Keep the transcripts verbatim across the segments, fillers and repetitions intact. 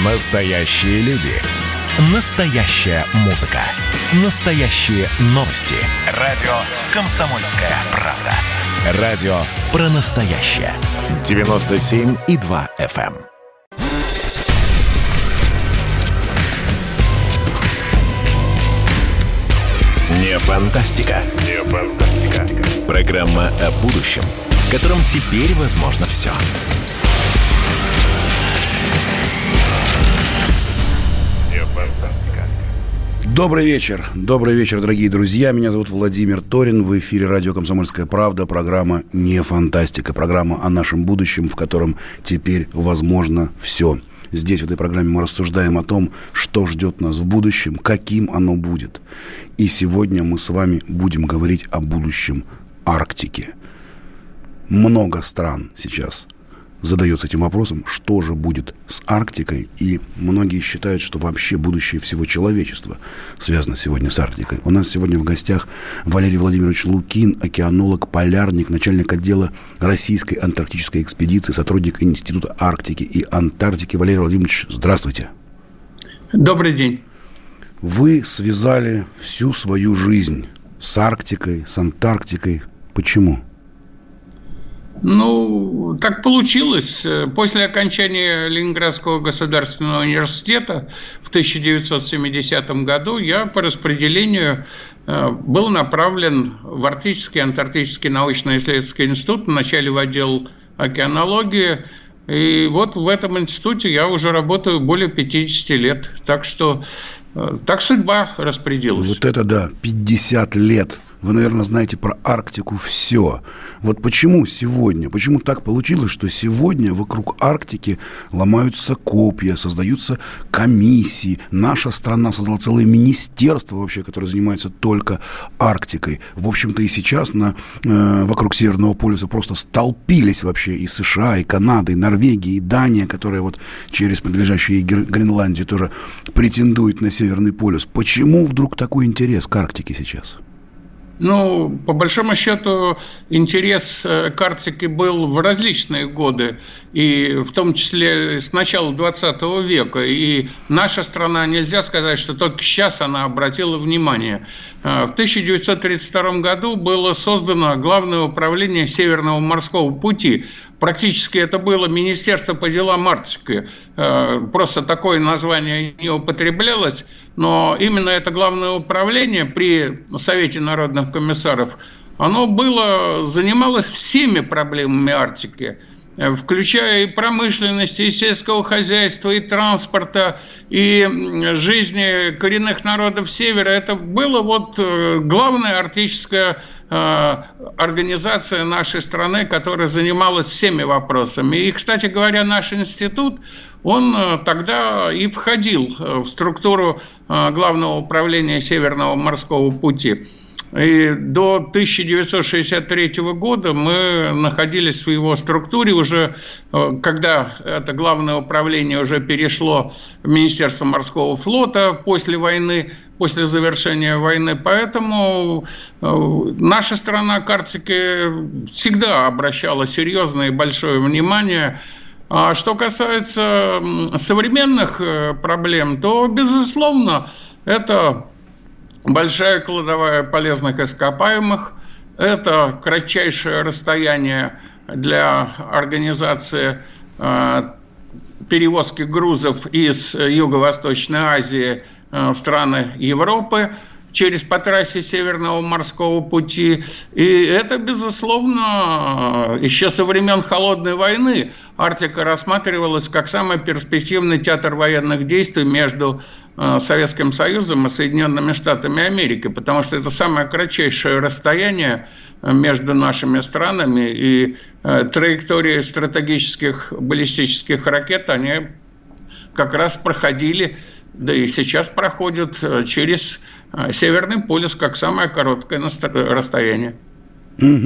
Настоящие люди. Настоящая музыка. Настоящие новости. Радио «Комсомольская правда». Радио про настоящее. девяносто семь и два эф эм. Не фантастика. Не фантастика. Программа о будущем, в котором теперь возможно все. Добрый вечер. Добрый вечер, дорогие друзья. Меня зовут Владимир Торин. В эфире радио «Комсомольская правда». Программа «Не фантастика». Программа о нашем будущем, в котором теперь возможно все. Здесь, в этой программе, мы рассуждаем о том, что ждет нас в будущем, каким оно будет. И сегодня мы с вами будем говорить о будущем Арктики. Много стран сейчас задается этим вопросом, что же будет с Арктикой, и многие считают, что вообще будущее всего человечества связано сегодня с Арктикой. У нас сегодня в гостях Валерий Владимирович Лукин, океанолог, полярник, начальник отдела Российской антарктической экспедиции, сотрудник Института Арктики и Антарктики. Валерий Владимирович, здравствуйте. Добрый день. Вы связали всю свою жизнь с Арктикой, с Антарктикой. Почему? Ну, так получилось. После окончания Ленинградского государственного университета в тысяча девятьсот семидесятом году я по распределению был направлен в Арктический и Антарктический научно-исследовательский институт, вначале в отдел океанологии. И вот в этом институте я уже работаю более пятьдесят лет. Так что так судьба распорядилась. Вот это да, пятьдесят лет. Вы, наверное, знаете про Арктику все. Вот почему сегодня, почему так получилось, что сегодня вокруг Арктики ломаются копья, создаются комиссии. Наша страна создала целое министерство вообще, которое занимается только Арктикой. В общем-то и сейчас на, э, вокруг Северного полюса просто столпились вообще и США, и Канада, и Норвегия, и Дания, которая вот через принадлежащую ей Гренландию тоже претендует на Северный полюс. Почему вдруг такой интерес к Арктике сейчас? Ну, по большому счету, интерес к Арктике был в различные годы, и в том числе с начала двадцатого века. И наша страна, нельзя сказать, что только сейчас она обратила внимание. В тысяча девятьсот тридцать втором году было создано Главное управление Северного морского пути. Практически это было Министерство по делам Арктики. Просто такое название не употреблялось, но именно это Главное управление при Совете народных комиссаров, оно было, занималось всеми проблемами Арктики, включая и промышленность, и сельского хозяйства, и транспорта, и жизни коренных народов Севера. Это была вот главная арктическая организация нашей страны, которая занималась всеми вопросами. И, кстати говоря, наш институт, он тогда и входил в структуру Главного управления Северного морского пути. И до тысяча девятьсот шестьдесят третьего года мы находились в его структуре уже, когда это главное управление уже перешло в Министерство морского флота после войны, после завершения войны. Поэтому наша страна к Арктике всегда обращала серьезное и большое внимание. А что касается современных проблем, то, безусловно, это большая кладовая полезных ископаемых, это кратчайшее расстояние для организации э, перевозки грузов из Юго-Восточной Азии э, в страны Европы через по трассе Северного морского пути. И это, безусловно, еще со времен Холодной войны Арктика рассматривалась как самый перспективный театр военных действий между Советским Союзом и Соединенными Штатами Америки, потому что это самое кратчайшее расстояние между нашими странами, и траектории стратегических баллистических ракет, они как раз проходили, да и сейчас проходят через Северный полюс как самое короткое расстояние. Угу.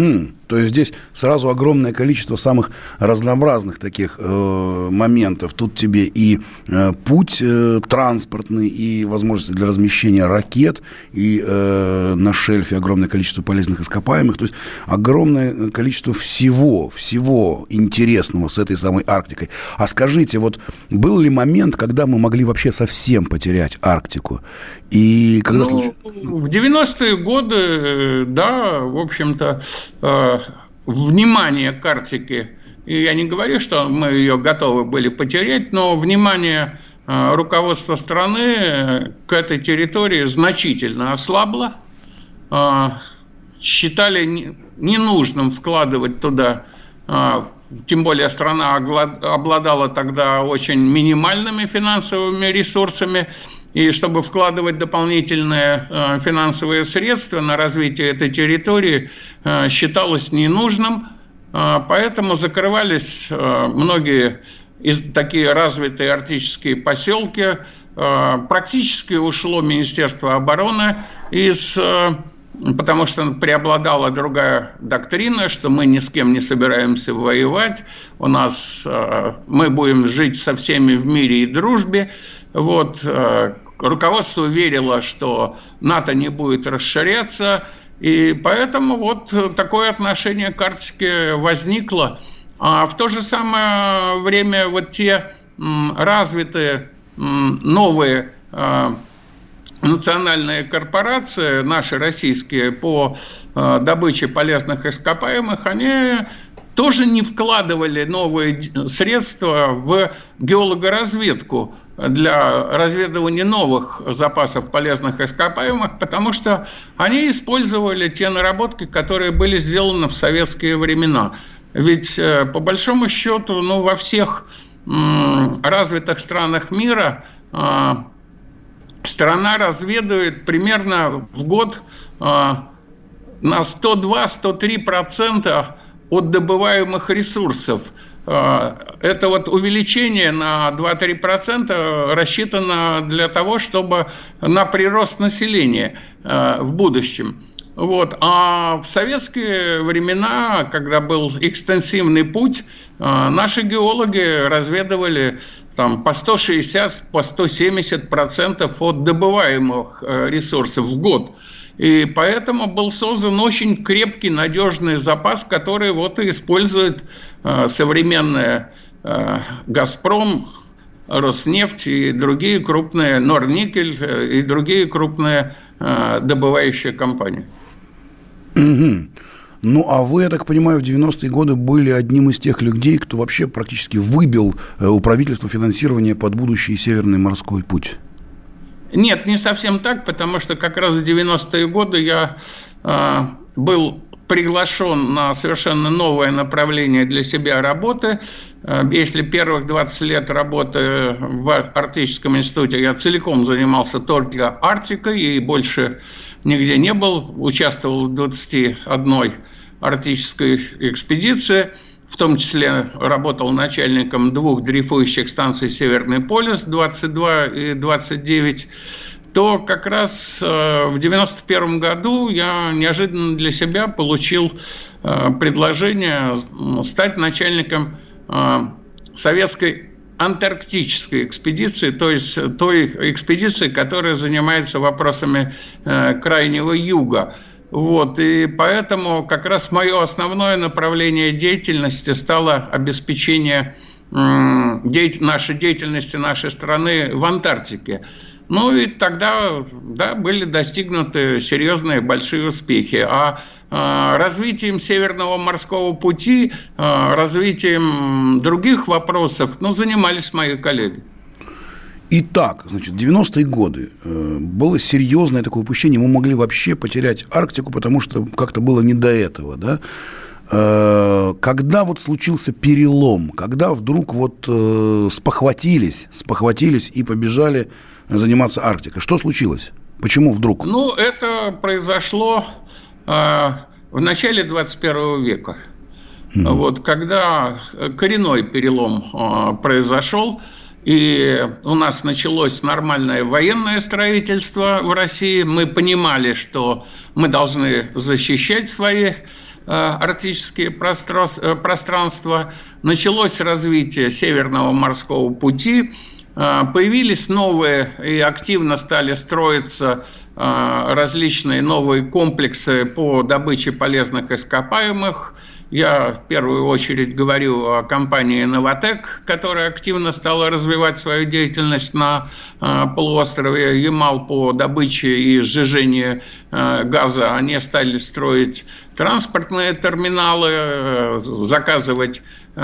То есть здесь сразу огромное количество самых разнообразных таких э, моментов. Тут тебе и э, путь э, транспортный, и возможности для размещения ракет, и э, на шельфе огромное количество полезных ископаемых. То есть огромное количество всего, всего интересного с этой самой Арктикой. А скажите, вот был ли момент, когда мы могли вообще совсем потерять Арктику? И когда ну, случ... В девяностые годы, да, в общем-то, э, внимание к Арктике, и я не говорю, что мы ее готовы были потерять, но внимание э, руководства страны к этой территории значительно ослабло. Э, считали ненужным вкладывать туда, э, тем более страна обладала тогда очень минимальными финансовыми ресурсами, и чтобы вкладывать дополнительные э, финансовые средства на развитие этой территории э, считалось ненужным, э, поэтому закрывались э, многие из, такие развитые арктические поселки. Э, практически ушло Министерство обороны из... Э, потому что преобладала другая доктрина, что мы ни с кем не собираемся воевать, у нас э, мы будем жить со всеми в мире и дружбе. Вот, э, руководство верило, что НАТО не будет расширяться, и поэтому вот такое отношение к Арктике возникло. А в то же самое время вот те м, развитые м, новые э, национальные корпорации, наши российские, по э, добыче полезных ископаемых, они тоже не вкладывали новые средства в геологоразведку для разведывания новых запасов полезных ископаемых, потому что они использовали те наработки, которые были сделаны в советские времена. Ведь, э, по большому счету, ну, во всех э, развитых странах мира э, страна разведывает примерно в год э, на сто два - сто три процента от добываемых ресурсов. Э, это вот увеличение на два-три процента рассчитано для того, чтобы на прирост населения э, в будущем. Вот. А в советские времена, когда был экстенсивный путь, э, наши геологи разведывали там, по сто шестьдесят - по сто семьдесят процентов от добываемых э, ресурсов в год. И поэтому был создан очень крепкий, надежный запас, который вот и использует э, современные э, «Газпром», «Роснефть» и другие крупные, «Норникель» и другие крупные э, добывающие компании. Угу. Ну, а вы, я так понимаю, в девяностые годы были одним из тех людей, кто вообще практически выбил у правительства финансирование под будущий Северный морской путь. Нет, не совсем так, потому что как раз в девяностые годы я э, был приглашен на совершенно новое направление для себя работы. Если первых двадцать лет работы в Арктическом институте я целиком занимался только Арктикой и больше нигде не был, участвовал в двадцати одной арктической экспедиции, в том числе работал начальником двух дрейфующих станций «Северный полюс» двадцать два и двадцать девять, то как раз в девяносто первом году я неожиданно для себя получил предложение стать начальником советской антарктической экспедиции, то есть той экспедиции, которая занимается вопросами Крайнего Юга. Вот, и поэтому как раз мое основное направление деятельности стало обеспечение нашей деятельности нашей страны в Антарктике. Ну и тогда, да, были достигнуты серьезные большие успехи. А э, развитием Северного морского пути, э, развитием других вопросов, ну, занимались мои коллеги. Итак, значит, девяностые годы э, было серьезное такое упущение. Мы могли вообще потерять Арктику, потому что как-то было не до этого, да? Э, когда вот случился перелом, когда вдруг вот э, спохватились, спохватились и побежали заниматься Арктикой. Что случилось? Почему вдруг? Ну, это произошло э, в начале двадцать первого века. Mm-hmm. Вот, когда коренной перелом э, произошел, и у нас началось нормальное военное строительство в России. Мы понимали, что мы должны защищать свои арктические пространства, началось развитие Северного морского пути, появились новые и активно стали строиться различные новые комплексы по добыче полезных ископаемых. Я в первую очередь говорю о компании «Новатэк», которая активно стала развивать свою деятельность на полуострове Ямал по добыче и сжижению газа. Они стали строить транспортные терминалы, заказывать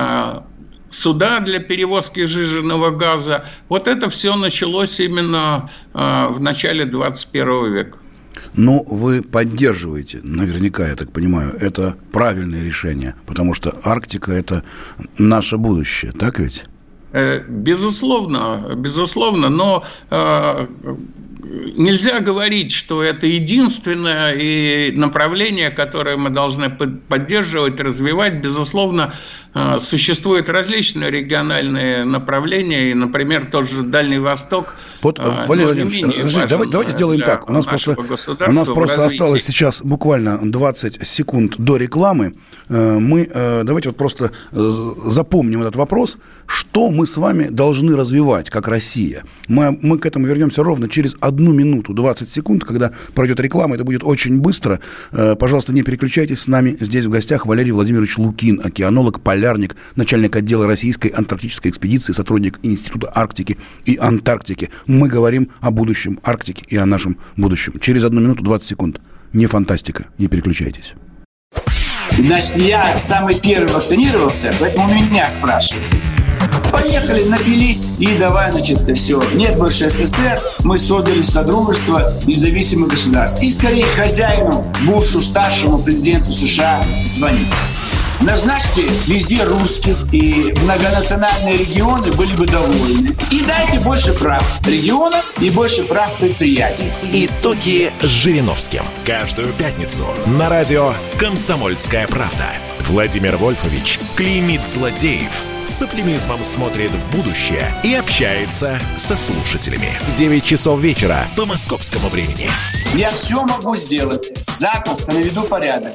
суда для перевозки сжиженного газа. Вот это все началось именно э, в начале двадцать первого века. Ну, вы поддерживаете, наверняка, я так понимаю, это правильное решение, потому что Арктика – это наше будущее, так ведь? Э, безусловно, безусловно, но э, нельзя говорить, что это единственное и направление, которое мы должны поддерживать, развивать. Безусловно, существуют различные региональные направления, и, например, тот же Дальний Восток. Вот, Валерий Владимирович, давайте, давайте сделаем так. У нас просто, у нас просто осталось сейчас буквально двадцать секунд до рекламы. Мы давайте вот просто запомним этот вопрос. Что мы с вами должны развивать, как Россия? Мы, мы к этому вернемся ровно через одну минуту двадцать секунд, когда пройдет реклама. Это будет очень быстро. Пожалуйста, не переключайтесь. С нами здесь в гостях Валерий Владимирович Лукин, океанолог, полярник, начальник отдела Российской антарктической экспедиции, сотрудник Института Арктики и Антарктики. Мы говорим о будущем Арктики и о нашем будущем. Через одну минуту двадцать секунд. Не фантастика. Не переключайтесь. Значит, я самый первый вакцинировался, поэтому меня спрашивают. Поехали, напились, и давай, значит, все. Нет больше СССР, мы создали Содружество независимых государств. И скорее хозяину, Бушу, старшему президенту США звонить. Назначьте везде русских, и многонациональные регионы были бы довольны. И дайте больше прав регионам и больше прав предприятий. Итоги с Жириновским. Каждую пятницу на радио «Комсомольская правда». Владимир Вольфович клеймит злодеев, с оптимизмом смотрит в будущее и общается со слушателями. девять часов вечера по московскому времени. Я все могу сделать. Запросто наведу порядок.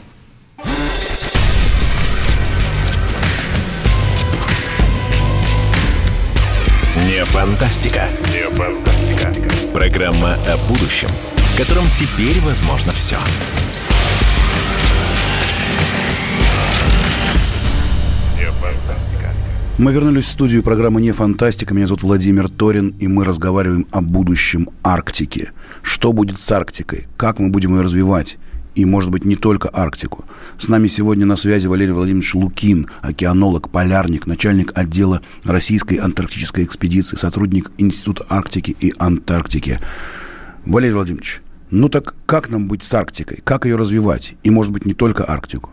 Не фантастика. Не фантастика. Программа о будущем, в котором теперь возможно все. Мы вернулись в студию программы «Не фантастика». Меня зовут Владимир Торин, и мы разговариваем о будущем Арктики. Что будет с Арктикой? Как мы будем ее развивать? И, может быть, не только Арктику. С нами сегодня на связи Валерий Владимирович Лукин, океанолог, полярник, начальник отдела Российской антарктической экспедиции, сотрудник Института Арктики и Антарктики. Валерий Владимирович, ну так как нам быть с Арктикой? Как ее развивать? И, может быть, не только Арктику?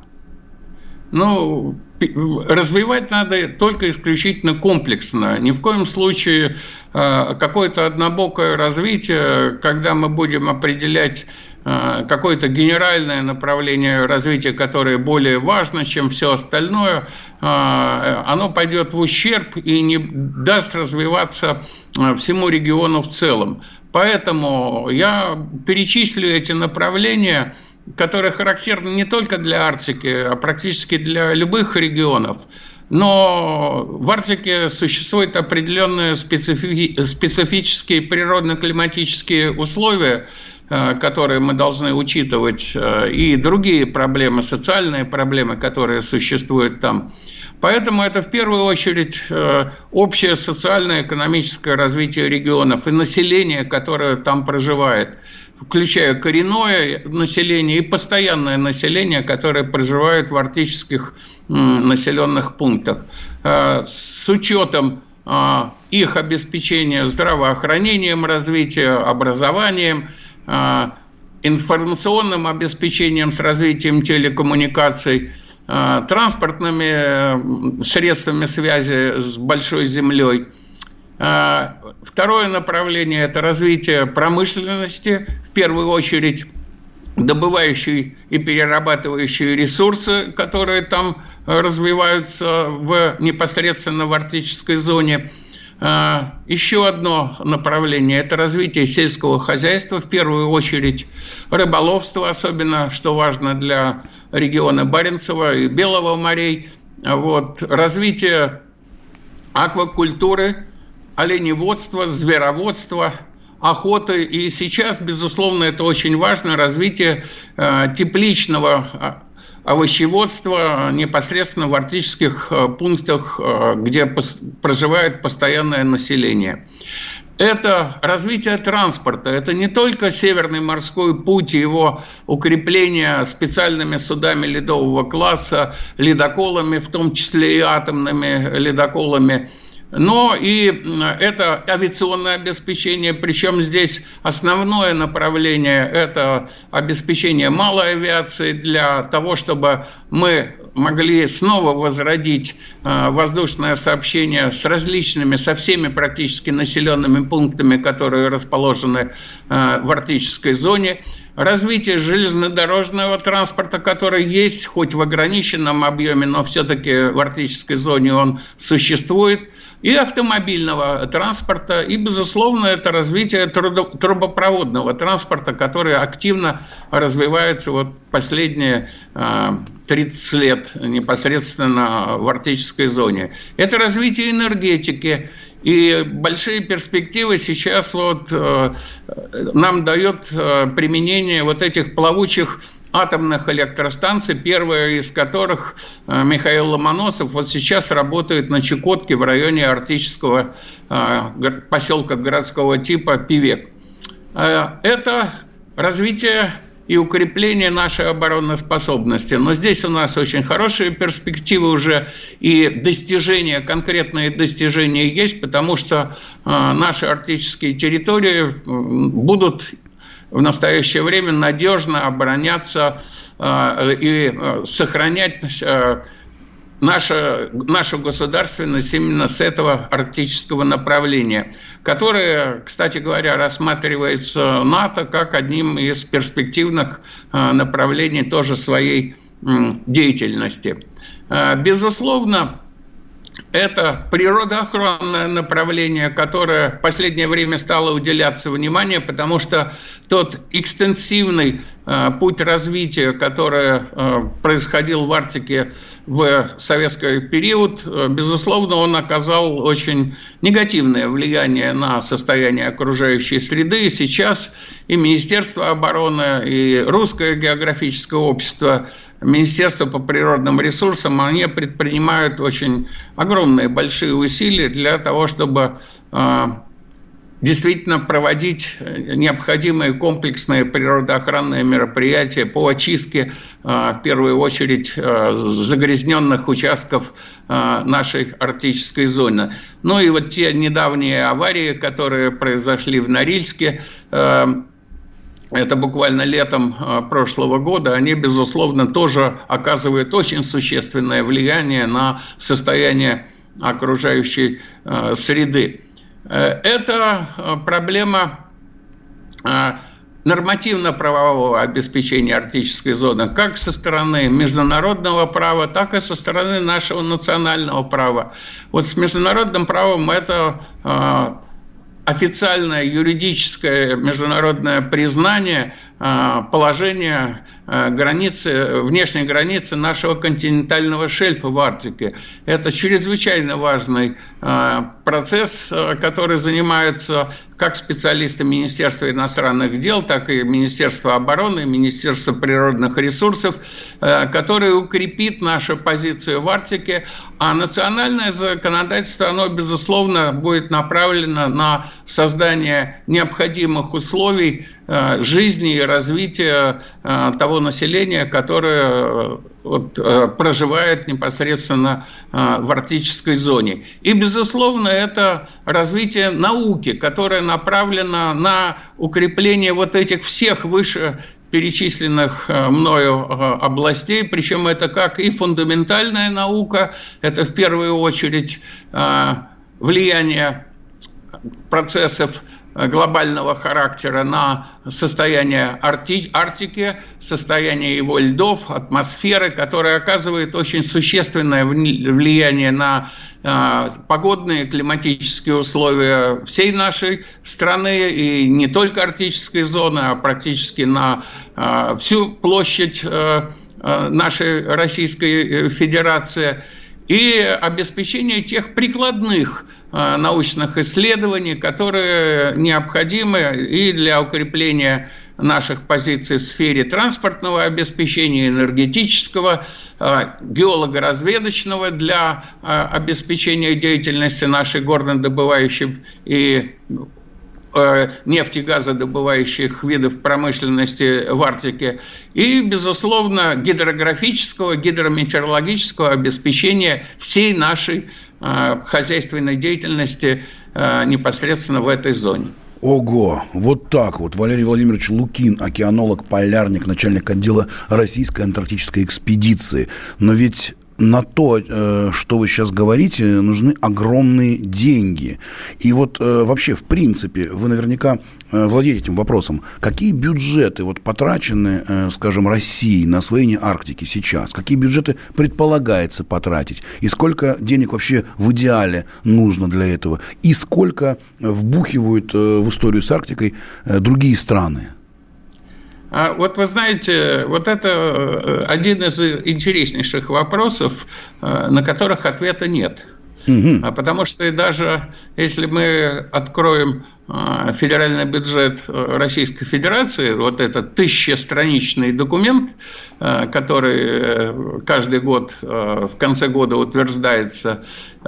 Ну, развивать надо только исключительно комплексно. Ни в коем случае какое-то однобокое развитие, когда мы будем определять какое-то генеральное направление развития, которое более важно, чем все остальное, оно пойдет в ущерб и не даст развиваться всему региону в целом. Поэтому я перечислю эти направления, которые характерны не только для Арктики, а практически для любых регионов. Но в Арктике существуют определенные специфи- специфические природно-климатические условия, которые мы должны учитывать, и другие проблемы, социальные проблемы, которые существуют там. Поэтому это в первую очередь общее социальное, экономическое развитие регионов и население, которое там проживает, включая коренное население и постоянное население, которое проживает в арктических населенных пунктах. С учетом их обеспечения здравоохранением, развития, образованием, информационным обеспечением с развитием телекоммуникаций, транспортными средствами связи с большой землей. Второе направление – это развитие промышленности, в первую очередь добывающей и перерабатывающей ресурсы, которые там развиваются в, непосредственно в арктической зоне. Еще одно направление – это развитие сельского хозяйства, в первую очередь рыболовство, особенно, что важно для региона Баренцева и Белого морей. Вот. Развитие аквакультуры, оленеводства, звероводства, охоты. И сейчас, безусловно, это очень важно, развитие э, тепличного овощеводства непосредственно в арктических пунктах, где проживает постоянное население. Это развитие транспорта, это не только Северный морской путь и его укрепление специальными судами ледового класса, ледоколами, в том числе и атомными ледоколами, но и это авиационное обеспечение, причем здесь основное направление – это обеспечение малой авиации для того, чтобы мы могли снова возродить воздушное сообщение с различными, со всеми практически населенными пунктами, которые расположены в арктической зоне. Развитие железнодорожного транспорта, который есть, хоть в ограниченном объеме, но все-таки в арктической зоне он существует, и автомобильного транспорта, и, безусловно, это развитие трубопроводного транспорта, который активно развивается вот последние тридцать лет непосредственно в арктической зоне. Это развитие энергетики. И большие перспективы сейчас вот, э, нам дает э, применение вот этих плавучих атомных электростанций, первая из которых э, Михаил Ломоносов вот сейчас работает на Чукотке в районе арктического э, поселка городского типа Певек. Э, это развитие и укрепление нашей обороноспособности. Но здесь у нас очень хорошие перспективы уже, и достижения, конкретные достижения есть, потому что э, наши арктические территории будут в настоящее время надежно обороняться э, и э, сохранять э, наша, нашу государственность именно с этого арктического направления, которое, кстати говоря, рассматривается НАТО как одним из перспективных направлений тоже своей деятельности. Безусловно, это природоохранное направление, которое в последнее время стало уделяться внимание, потому что тот экстенсивный э, путь развития, который э, происходил в Арктике в советский период, э, безусловно, он оказал очень негативное влияние на состояние окружающей среды. И сейчас и Министерство обороны, и Русское географическое общество, Министерство по природным ресурсам, они предпринимают очень огромные, большие усилия для того, чтобы э, действительно проводить необходимые комплексные природоохранные мероприятия по очистке, э, в первую очередь, э, загрязненных участков э, нашей арктической зоны. Ну и вот те недавние аварии, которые произошли в Норильске, э, это буквально летом прошлого года, они, безусловно, тоже оказывают очень существенное влияние на состояние окружающей среды. Это проблема нормативно-правового обеспечения арктической зоны как со стороны международного права, так и со стороны нашего национального права. Вот с международным правом это официальное юридическое международное признание положения границы, внешней границы нашего континентального шельфа в Арктике. Это чрезвычайно важный процесс, который занимается как специалисты Министерства иностранных дел, так и Министерства обороны, Министерства природных ресурсов, который укрепит нашу позицию в Арктике, а национальное законодательство, оно, безусловно, будет направлено на создание необходимых условий жизни и развития того населения, которое вот, проживает непосредственно в арктической зоне. И, безусловно, это развитие науки, которое направлено на укрепление вот этих всех выше перечисленных мною областей, причем это как и фундаментальная наука, это в первую очередь влияние процессов глобального характера на состояние Арти- Арктики, состояние его льдов, атмосферы, которая оказывает очень существенное влияние на э, погодные климатические условия всей нашей страны и не только арктической зоны, а практически на э, всю площадь э, нашей Российской Федерации. И обеспечение тех прикладных э, научных исследований, которые необходимы и для укрепления наших позиций в сфере транспортного обеспечения, энергетического, э, геолого-разведочного для э, обеспечения деятельности нашей горнодобывающей и нефтегазодобывающих видов промышленности в Арктике и, безусловно, гидрографического, гидрометеорологического обеспечения всей нашей э, хозяйственной деятельности э, непосредственно в этой зоне. Ого, вот так вот. Валерий Владимирович Лукин, океанолог, полярник, начальник отдела Российской антарктической экспедиции. Но ведь на то, что вы сейчас говорите, нужны огромные деньги. И вот вообще, в принципе, вы наверняка владеете этим вопросом. Какие бюджеты вот потрачены, скажем, Россией на освоение Арктики сейчас? Какие бюджеты предполагается потратить? И сколько денег вообще в идеале нужно для этого? И сколько вбухивают в историю с Арктикой другие страны? А вот вы знаете, вот это один из интереснейших вопросов, на которых ответа нет. Угу. Потому что даже если мы откроем федеральный бюджет Российской Федерации, вот этот тысячестраничный документ, который каждый год в конце года утверждается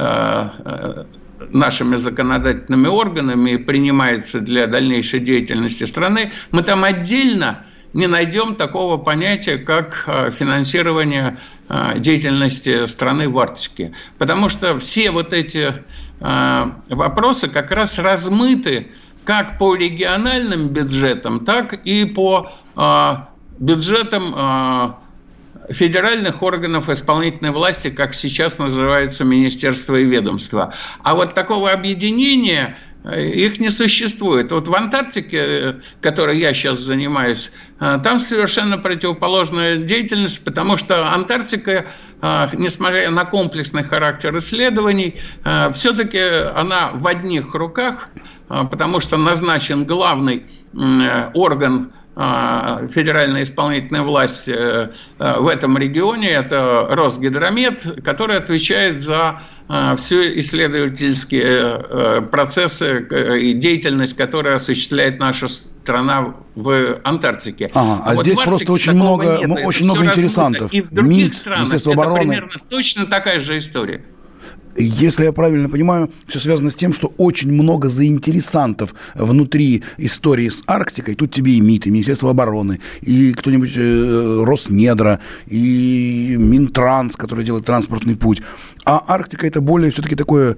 нашими законодательными органами и принимается для дальнейшей деятельности страны, мы там отдельно не найдем такого понятия, как финансирование деятельности страны в Арктике. Потому что все вот эти вопросы как раз размыты как по региональным бюджетам, так и по бюджетам федеральных органов исполнительной власти, как сейчас называются министерства и ведомства. А вот такого объединения их не существует. Вот в Антарктике, которой я сейчас занимаюсь, там совершенно противоположная деятельность, потому что Антарктика, несмотря на комплексный характер исследований, все-таки она в одних руках, потому что назначен главный орган федеральная исполнительная власть в этом регионе, это Росгидромет, который отвечает за все исследовательские процессы и деятельность, которую осуществляет наша страна в Антарктике. Ага, а, а вот здесь просто очень много, нет, очень много интересантов. И в других МИД, странах это обороны. Примерно точно такая же история. Если я правильно понимаю, все связано с тем, что очень много заинтересантов внутри истории с Арктикой. Тут тебе и МИД, и Министерство обороны, и кто-нибудь э, Роснедра, и Минтранс, который делает транспортный путь. А Арктика — это более все-таки такое,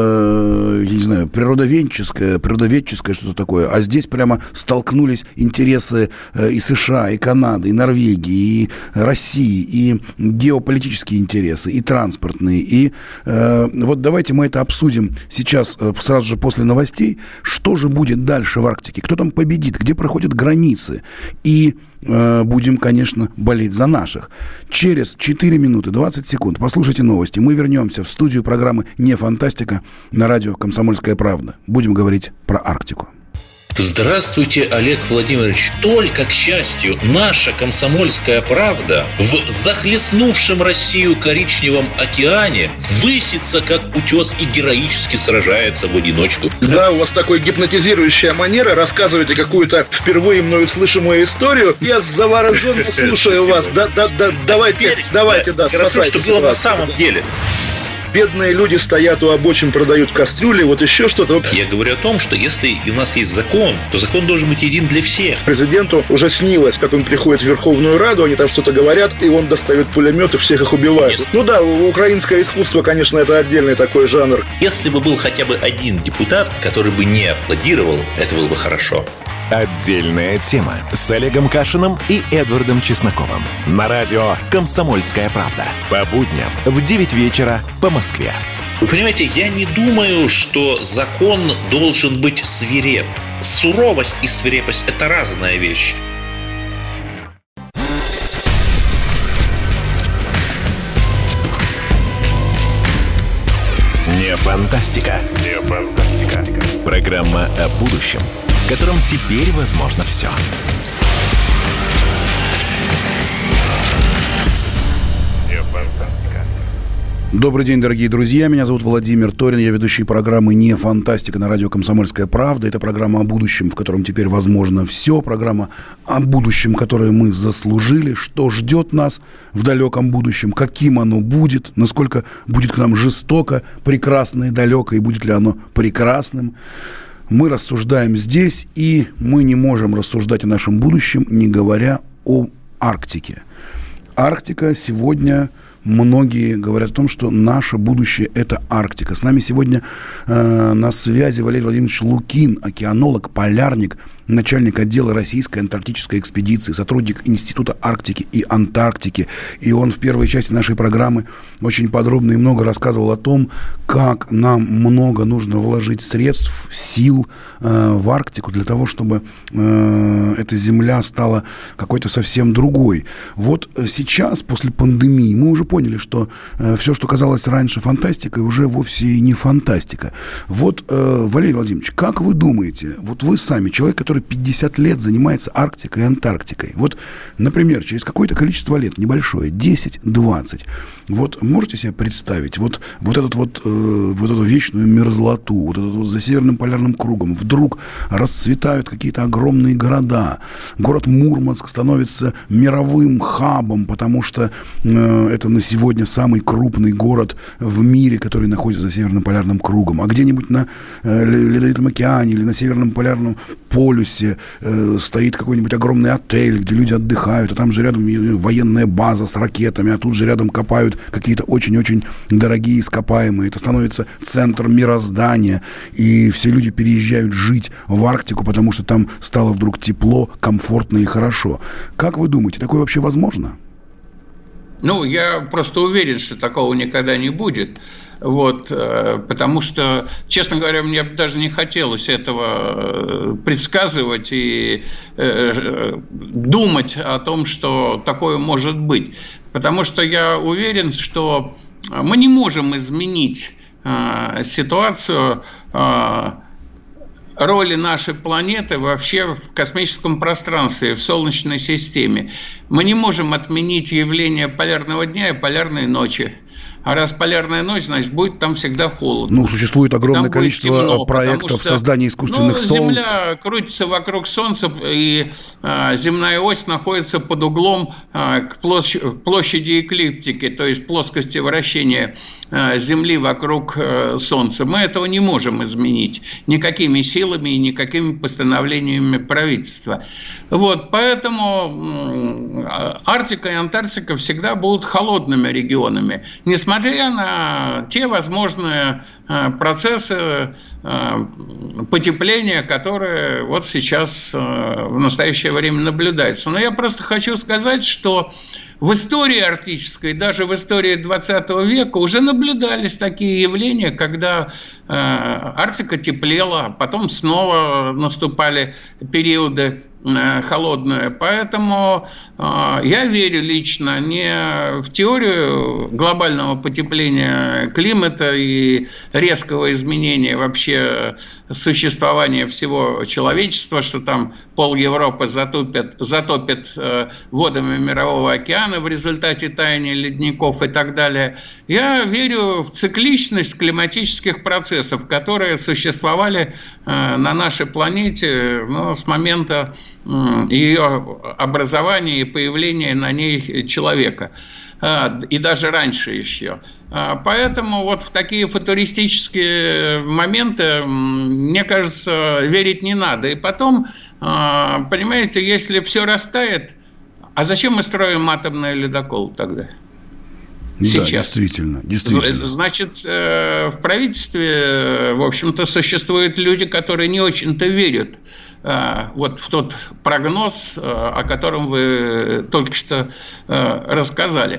э, я не знаю, природоведческое, природоведческое что-то такое. А здесь прямо столкнулись интересы э, и США, и Канады, и Норвегии, и России, и геополитические интересы, и транспортные, и... Э, Вот давайте мы это обсудим сейчас, сразу же после новостей. Что же будет дальше в Арктике? Кто там победит? Где проходят границы? И э, будем, конечно, болеть за наших. Через четыре минуты двадцать секунд послушайте новости. Мы вернемся в студию программы «Не фантастика» на радио «Комсомольская правда». Будем говорить про Арктику. Здравствуйте, Олег Владимирович. Только, к счастью, наша «Комсомольская правда» в захлестнувшем Россию коричневом океане высится, как утес, и героически сражается в одиночку. Да, у вас такой гипнотизирующая манера. Рассказываете какую-то впервые мною слышимую историю. Я завороженно слушаю вас. Да, да, да, давайте, давайте, да, хорошо, что было на самом деле. Бедные люди стоят у обочин, продают кастрюли, вот еще что-то. Я говорю о том, что если у нас есть закон, то закон должен быть един для всех. Президенту уже снилось, как он приходит в Верховную Раду, они там что-то говорят, и он достает пулемет и всех их убивает. Yes. Ну да, украинское искусство, конечно, это отдельный такой жанр. Если бы был хотя бы один депутат, который бы не аплодировал, это было бы хорошо. Отдельная тема с Олегом Кашиным и Эдвардом Чесноковым. На радио «Комсомольская правда». По будням в девять вечера по Москве. Вы понимаете, я не думаю, что закон должен быть свиреп. Суровость и свирепость – это разная вещь. Не фантастика. Не фантастика. Программа о будущем, в котором теперь возможно все. Добрый день, дорогие друзья. Меня зовут Владимир Торин. Я ведущий программы «Не фантастика» на радио «Комсомольская правда». Это программа о будущем, в котором теперь возможно все. Программа о будущем, которое мы заслужили. Что ждет нас в далеком будущем, каким оно будет, насколько будет к нам жестоко, прекрасно и далеко, и будет ли оно прекрасным. Мы рассуждаем здесь, и мы не можем рассуждать о нашем будущем, не говоря о Арктике. Арктика сегодня... Многие говорят о том, что наше будущее – это Арктика. С нами сегодня э, на связи Валерий Владимирович Лукин, океанолог, полярник, начальник отдела Российской антарктической экспедиции, сотрудник Института Арктики и Антарктики. И он в первой части нашей программы очень подробно и много рассказывал о том, как нам много нужно вложить средств, сил э, в Арктику для того, чтобы э, эта земля стала какой-то совсем другой. Вот сейчас, после пандемии, мы уже поняли, что э, все, что казалось раньше фантастикой, уже вовсе и не фантастика. Вот, э, Валерий Владимирович, как вы думаете, вот вы сами, человек, который пятьдесят лет занимается Арктикой и Антарктикой, вот, например, через какое-то количество лет, небольшое, десять-двадцать, вот можете себе представить вот, вот, этот вот, э, вот эту вечную мерзлоту, вот этот вот за Северным полярным кругом, вдруг расцветают какие-то огромные города, город Мурманск становится мировым хабом, потому что э, это на сегодня самый крупный город в мире, который находится за Северным полярным кругом. А где-нибудь на э, Ледовитом океане или на Северном полярном полюсе э, стоит какой-нибудь огромный отель, где люди отдыхают, а там же рядом военная база с ракетами, а тут же рядом копают какие-то очень-очень дорогие ископаемые. Это становится центром мироздания, и все люди переезжают жить в Арктику, потому что там стало вдруг тепло, комфортно и хорошо. Как вы думаете, такое вообще возможно? Ну, я просто уверен, что такого никогда не будет. Вот, потому что, честно говоря, мне даже не хотелось этого предсказывать и думать о том, что такое может быть. Потому что я уверен, что мы не можем изменить ситуацию роли нашей планеты вообще в космическом пространстве, в Солнечной системе. Мы не можем отменить явление полярного дня и полярной ночи. А раз полярная ночь, значит, будет там всегда холодно. Ну, существует огромное там количество темно, проектов что, создания искусственных ну, солнц. Земля крутится вокруг Солнца, и а, земная ось находится под углом а, к площади, площади эклиптики, то есть плоскости вращения а, Земли вокруг а, Солнца. Мы этого не можем изменить никакими силами и никакими постановлениями правительства. Вот, поэтому а, Арктика и Антарктика всегда будут холодными регионами, несмотря Несмотря на те возможные процессы потепления, которые вот сейчас в настоящее время наблюдаются. Но я просто хочу сказать, что в истории арктической, даже в истории двадцатого века уже наблюдались такие явления, когда Арктика теплела, а потом снова наступали периоды холодные. Поэтому э, я верю лично не в теорию глобального потепления климата и резкого изменения вообще существования всего человечества, что там пол Европы затопит, затопит э, водами Мирового океана в результате таяния ледников и так далее. Я верю в цикличность климатических процессов, которые существовали э, на нашей планете ну, с момента ее образования и появления на ней человека, и даже раньше еще. Поэтому вот в такие футуристические моменты, мне кажется, верить не надо. И потом, понимаете, если все растает, а зачем мы строим атомный ледокол тогда? Сейчас. Да, действительно, действительно. Значит, в правительстве, в общем-то, существуют люди, которые не очень-то верят вот в тот прогноз, о котором вы только что рассказали.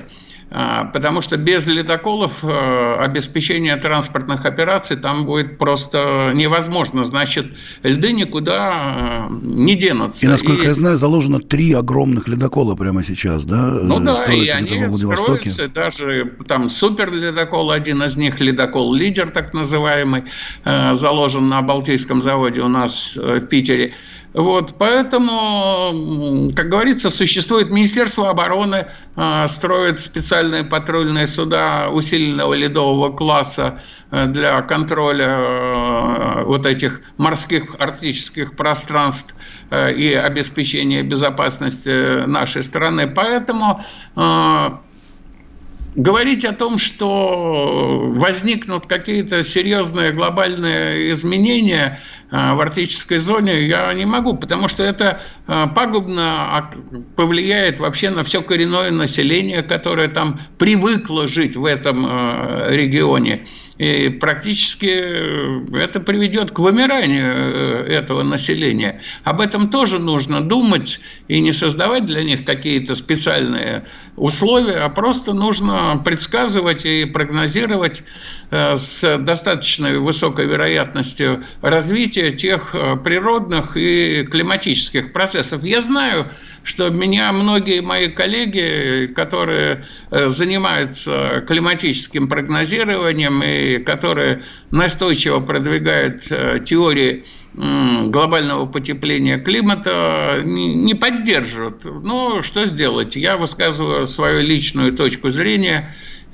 потому что без ледоколов обеспечение транспортных операций там будет просто невозможно. Значит, льды никуда не денутся. И, насколько и... я знаю, заложено три огромных ледокола прямо сейчас, да? Ну да, строятся и они строятся, даже там суперледокол, один из них, ледокол «Лидер», так называемый, заложен на Балтийском заводе у нас в Питере. Вот, поэтому, как говорится, существует Министерство обороны, э, строит специальные патрульные суда усиленного ледового класса для контроля э, вот этих морских арктических пространств э, и обеспечения безопасности нашей страны. Поэтому э, говорить о том, что возникнут какие-то серьезные глобальные изменения в арктической зоне, я не могу, потому что это пагубно повлияет вообще на все коренное население, которое там привыкло жить в этом регионе. И практически это приведет к вымиранию этого населения. Об этом тоже нужно думать и не создавать для них какие-то специальные условия, а просто нужно предсказывать и прогнозировать с достаточно высокой вероятностью развития тех природных и климатических процессов. Я знаю, что меня многие мои коллеги, которые занимаются климатическим прогнозированием и которые настойчиво продвигают теории глобального потепления климата, не поддерживают. Ну, что сделать? Я высказываю свою личную точку зрения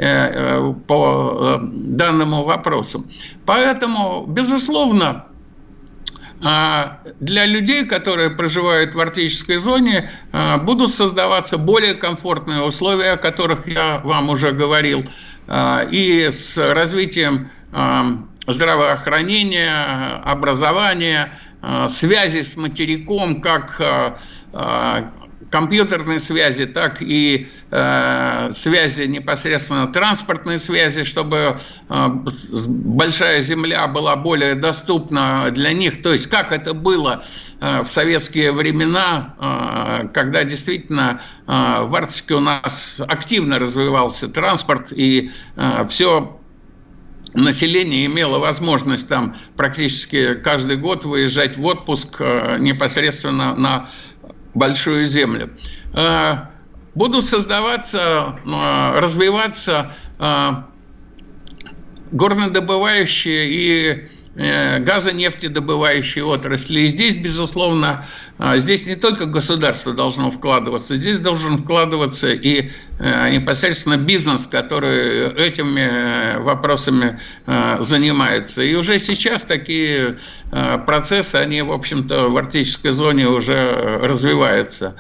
по данному вопросу. Поэтому, безусловно, для людей, которые проживают в арктической зоне, будут создаваться более комфортные условия, о которых я вам уже говорил, и с развитием здравоохранения, образования, связи с материком, как компьютерной связи, так и э, связи непосредственно транспортной связи, чтобы э, большая земля была более доступна для них. То есть как это было э, в советские времена, э, когда действительно э, в Арктике у нас активно развивался транспорт, и э, все население имело возможность там практически каждый год выезжать в отпуск э, непосредственно на большую землю. Будут создаваться, развиваться горнодобывающие и газонефтедобывающие отрасли. И здесь, безусловно, здесь не только государство должно вкладываться, здесь должен вкладываться и непосредственно бизнес, который этими вопросами занимается. И уже сейчас такие процессы, они, в общем-то, в арктической зоне уже развиваются.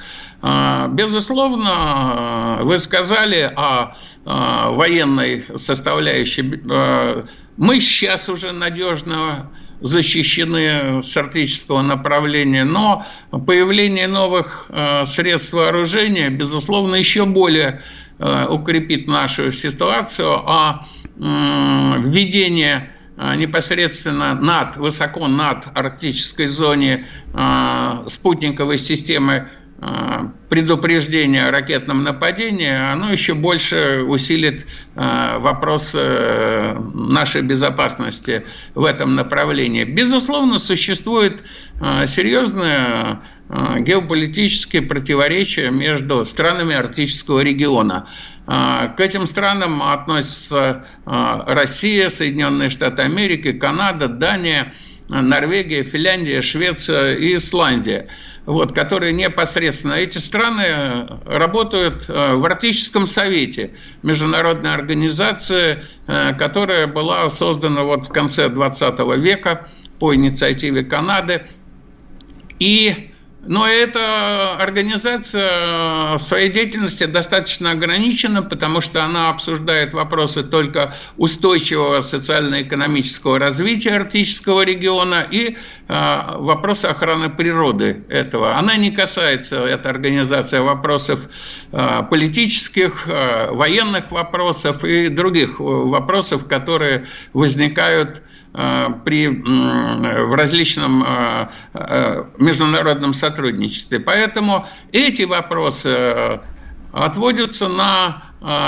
Безусловно, вы сказали о военной составляющей. Мы сейчас уже надежно защищены с арктического направления, но появление новых средств вооружения, безусловно, еще более укрепит нашу ситуацию, а введение непосредственно над, высоко над арктической зоне спутниковой системы предупреждения о ракетном нападении, оно еще больше усилит вопрос нашей безопасности в этом направлении. Безусловно, существует серьезное геополитические противоречия между странами арктического региона. К этим странам относятся Россия, Соединенные Штаты Америки, Канада, Дания, Норвегия, Финляндия, Швеция и Исландия, вот, которые непосредственно, эти страны работают в Арктическом совете, международной организации, которая была создана вот в конце двадцатого века по инициативе Канады. И Но эта организация в своей деятельности достаточно ограничена, потому что она обсуждает вопросы только устойчивого социально-экономического развития арктического региона и э, вопросы охраны природы этого. Она не касается, эта организация, вопросов э, политических, э, военных вопросов и других вопросов, которые возникают при, в различном международном сотрудничестве. Поэтому эти вопросы отводятся на...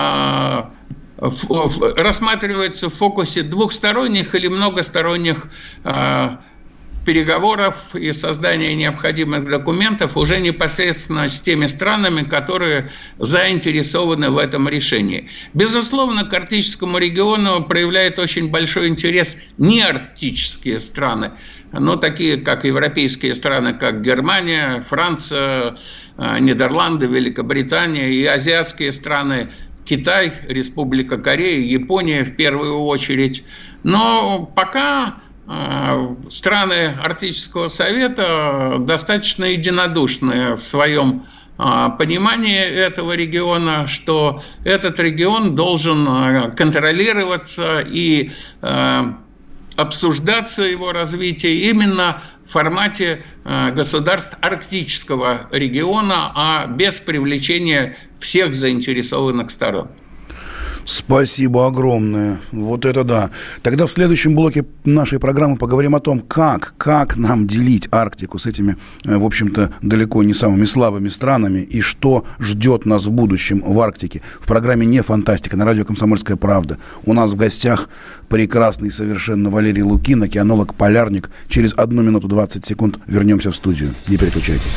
рассматривается в фокусе двухсторонних или многосторонних переговоров и создания необходимых документов уже непосредственно с теми странами, которые заинтересованы в этом решении. Безусловно, к арктическому региону проявляет очень большой интерес неарктические страны, но такие, как европейские страны, как Германия, Франция, Нидерланды, Великобритания, и азиатские страны, Китай, Республика Корея, Япония в первую очередь. Но пока страны Арктического совета достаточно единодушны в своем понимании этого региона, что этот регион должен контролироваться и обсуждаться его развитие именно в формате государств арктического региона, а без привлечения всех заинтересованных сторон. Спасибо огромное. Вот это да. Тогда в следующем блоке нашей программы поговорим о том, как, как нам делить Арктику с этими, в общем-то, далеко не самыми слабыми странами, и что ждет нас в будущем в Арктике. В программе «Не фантастика» на радио «Комсомольская правда». У нас в гостях прекрасный совершенно Валерий Лукин, океанолог-полярник. Через одну минуту двадцать секунд вернемся в студию. Не переключайтесь.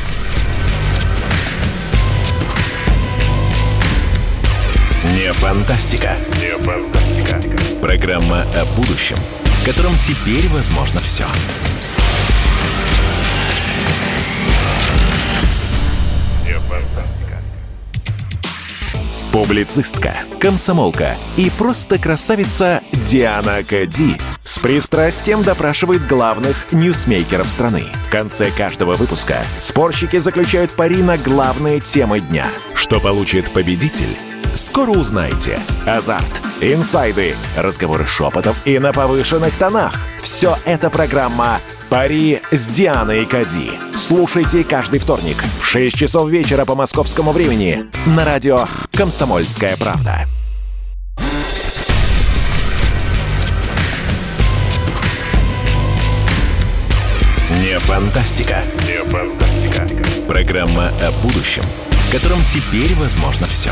Не фантастика. Не фантастика. Программа о будущем, в котором теперь возможно все. Не фантастика. Публицистка, комсомолка и просто красавица Диана Кади с пристрастием допрашивает главных ньюсмейкеров страны. В конце каждого выпуска спорщики заключают пари на главные темы дня. Что получит победитель? Скоро узнаете. Азарт, инсайды, разговоры шепотов и на повышенных тонах. Все это программа «Пари с Дианой Кади». Слушайте каждый вторник в шесть часов вечера по московскому времени на радио «Комсомольская правда». Не фантастика. Не фантастика. Программа о будущем, в котором теперь возможно все.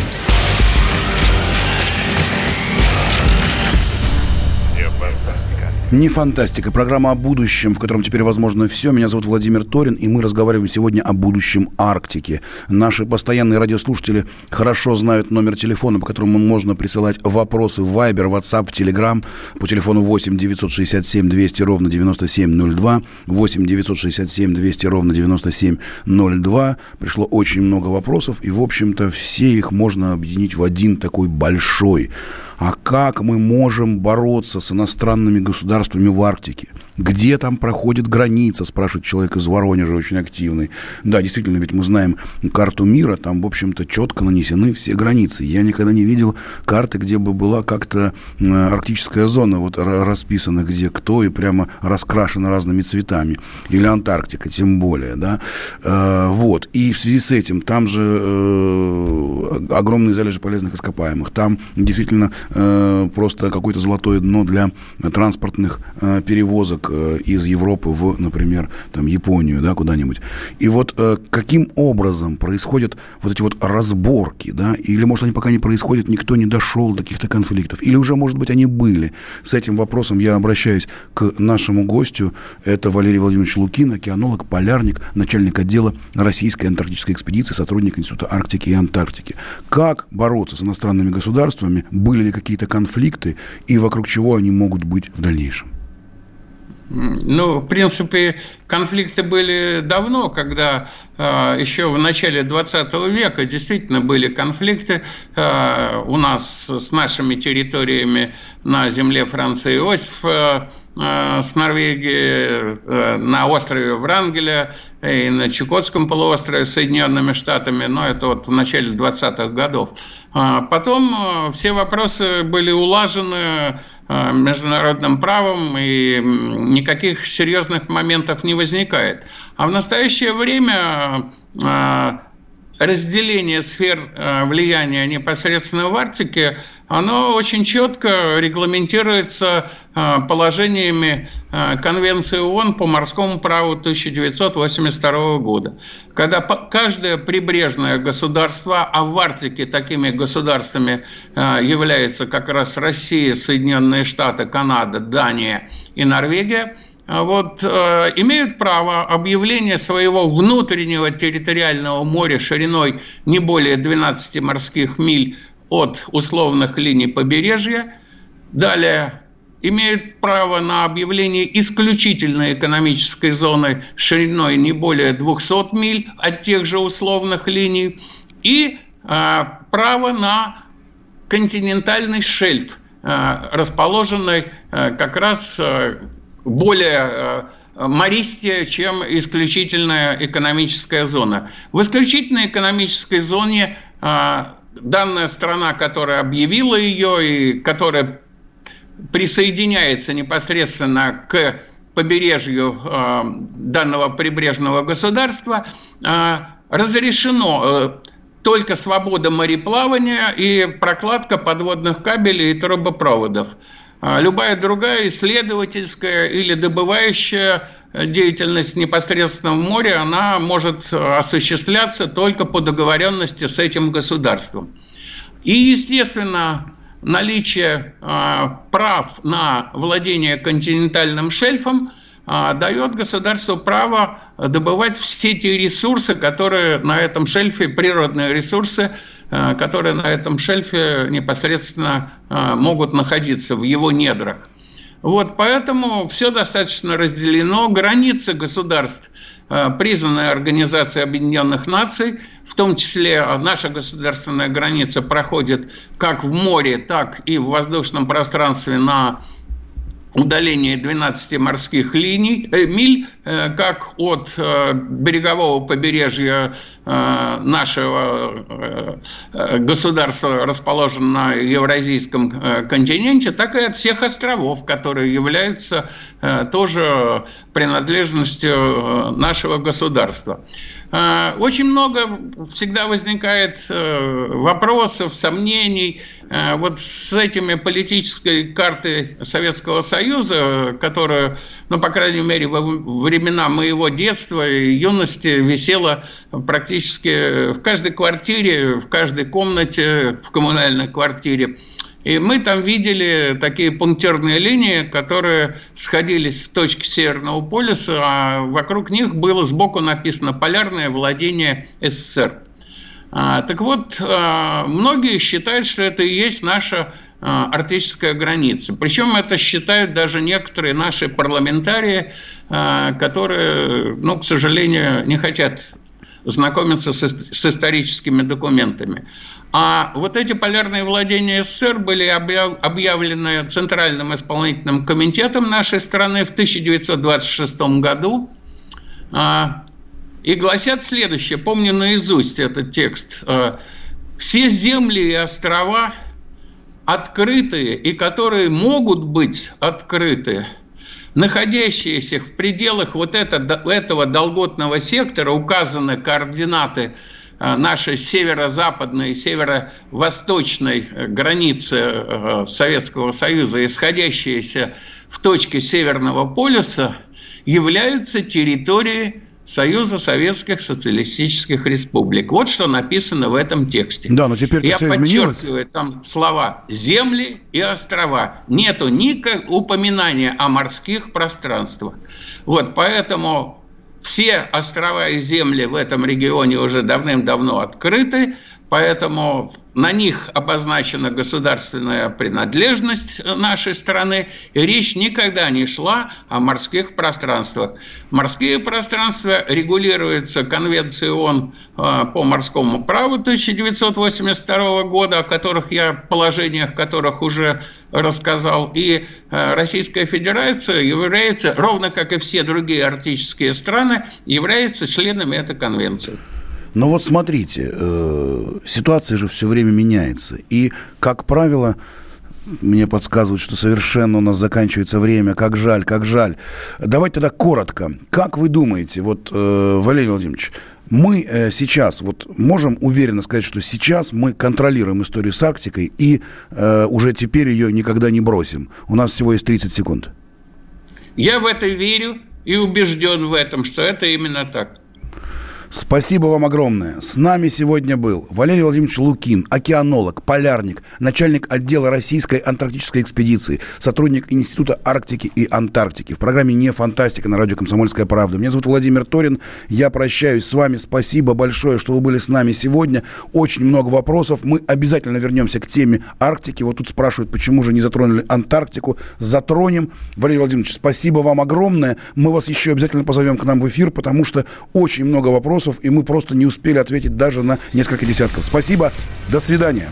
Не фантастика. Программа о будущем, в котором теперь возможно все. Меня зовут Владимир Торин, и мы разговариваем сегодня о будущем Арктики. Наши постоянные радиослушатели хорошо знают номер телефона, по которому можно присылать вопросы в Viber, WhatsApp, в Telegram по телефону восемь девятьсот шестьдесят семь двести ровно девяносто семь ноль два, восемь девятьсот шестьдесят семь двести ровно девяносто семь ноль два. Пришло очень много вопросов, и, в общем-то, все их можно объединить в один такой большой. А как мы можем бороться с иностранными государствами в Арктике? Где там проходит граница, спрашивает человек из Воронежа, очень активный. Да, действительно, ведь мы знаем карту мира, там, в общем-то, четко нанесены все границы. Я никогда не видел карты, где бы была как-то арктическая зона вот расписана, где кто, и прямо раскрашена разными цветами. Или Антарктика, тем более, да. Вот. И в связи с этим там же огромные залежи полезных ископаемых. Там действительно просто какое-то золотое дно для транспортных перевозок из Европы в, например, там, Японию, да, куда-нибудь. И вот э, каким образом происходят вот эти вот разборки, да, или, может, они пока не происходят, никто не дошел до каких-то конфликтов, или уже, может быть, они были. С этим вопросом я обращаюсь к нашему гостю. Это Валерий Владимирович Лукин, океанолог, полярник, начальник отдела Российской антарктической экспедиции, сотрудник Института Арктики и Антарктики. Как бороться с иностранными государствами? Были ли какие-то конфликты? И вокруг чего они могут быть в дальнейшем? Ну, в принципе, конфликты были давно, когда э, еще в начале двадцатого века действительно были конфликты э, у нас с нашими территориями на земле Франца Иосифа, э, с Норвегией, э, на острове Врангеля и на Чукотском полуострове с Соединенными Штатами, но это вот в начале двадцатых годов. А потом э, все вопросы были улажены международным правом, и никаких серьезных моментов не возникает. А в настоящее время разделение сфер влияния непосредственно в Арктике, оно очень четко регламентируется положениями Конвенции ООН по морскому праву тысяча девятьсот восемьдесят второго года, когда каждое прибрежное государство, а в Арктике такими государствами являются как раз Россия, Соединенные Штаты, Канада, Дания и Норвегия, вот, э, имеют право объявления своего внутреннего территориального моря шириной не более двенадцати морских миль от условных линий побережья. Далее имеют право на объявление исключительной экономической зоны шириной не более двухсот миль от тех же условных линий. И э, право на континентальный шельф, э, расположенный э, как раз... Э, более мористее, чем исключительная экономическая зона. В исключительной экономической зоне данная страна, которая объявила ее и которая присоединяется непосредственно к побережью данного прибрежного государства, разрешено только свобода мореплавания и прокладка подводных кабелей и трубопроводов. Любая другая исследовательская или добывающая деятельность непосредственно в море, она может осуществляться только по договоренности с этим государством. И, естественно, наличие прав на владение континентальным шельфом дает государству право добывать все те ресурсы, которые на этом шельфе, природные ресурсы, которые на этом шельфе непосредственно могут находиться в его недрах. Вот, поэтому все достаточно разделено. Границы государств, признанные Организацией Объединенных Наций, в том числе наша государственная граница проходит как в море, так и в воздушном пространстве на удаление двенадцати морских линий, э, миль, э, как от э, берегового побережья э, нашего э, государства, расположенного на Евразийском э, континенте, так и от всех островов, которые являются э, тоже принадлежностью э, нашего государства. Э, очень много всегда возникает э, вопросов, сомнений э, вот с этими политической картой Советского Союза, которая, ну, по крайней мере, во времена моего детства и юности висела практически в каждой квартире, в каждой комнате, в коммунальной квартире. И мы там видели такие пунктирные линии, которые сходились в точке Северного полюса, а вокруг них было сбоку написано «Полярное владение СССР». А, так вот, а, многие считают, что это и есть наша а, арктическая граница. Причем это считают даже некоторые наши парламентарии, а, которые, ну, к сожалению, не хотят знакомиться с, с историческими документами. А вот эти полярные владения СССР были объявлены Центральным исполнительным комитетом нашей страны в тысяча девятьсот двадцать шестом году. И гласят следующее, помню наизусть этот текст. Все земли и острова, открытые и которые могут быть открыты, находящиеся в пределах вот это, этого долготного сектора, указаны координаты нашей северо-западной и северо-восточной границы Советского Союза, исходящиеся в точке Северного полюса, являются территорией Союза Советских Социалистических Республик. Вот что написано в этом тексте. Да, но теперь я все подчеркиваю изменилось. Там слова «земли» и «острова». Нету никакого упоминания о морских пространствах. Вот, поэтому все острова и земли в этом регионе уже давным-давно открыты, поэтому на них обозначена государственная принадлежность нашей страны, и речь никогда не шла о морских пространствах. Морские пространства регулируются Конвенцией ООН по морскому праву тысяча девятьсот восемьдесят второго года, о которых я, положениях которых уже рассказал, и Российская Федерация является, ровно как и все другие арктические страны, является членами этой конвенции. Но вот смотрите, э, ситуация же все время меняется. И, как правило, мне подсказывают, что совершенно у нас заканчивается время. Как жаль, как жаль. Давайте тогда коротко. Как вы думаете, вот, э, Валерий Владимирович, мы э, сейчас вот можем уверенно сказать, что сейчас мы контролируем историю с Арктикой и э, уже теперь ее никогда не бросим? У нас всего есть тридцать секунд. Я в это верю и убежден в этом, что это именно так. Спасибо вам огромное. С нами сегодня был Валерий Владимирович Лукин, океанолог, полярник, начальник отдела Российской антарктической экспедиции, сотрудник Института Арктики и Антарктики. В программе «Не фантастика» на радио «Комсомольская правда». Меня зовут Владимир Торин. Я прощаюсь с вами. Спасибо большое, что вы были с нами сегодня. Очень много вопросов. Мы обязательно вернемся к теме Арктики. Вот тут спрашивают, почему же не затронули Антарктику. Затронем. Валерий Владимирович, спасибо вам огромное. Мы вас еще обязательно позовем к нам в эфир, потому что очень много вопросов, и мы просто не успели ответить даже на несколько десятков. Спасибо. До свидания.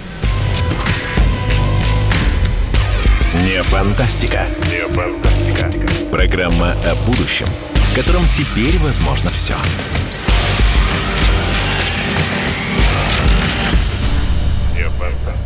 Не фантастика. Не фантастика. Программа о будущем, в котором теперь возможно все. Не фантастика.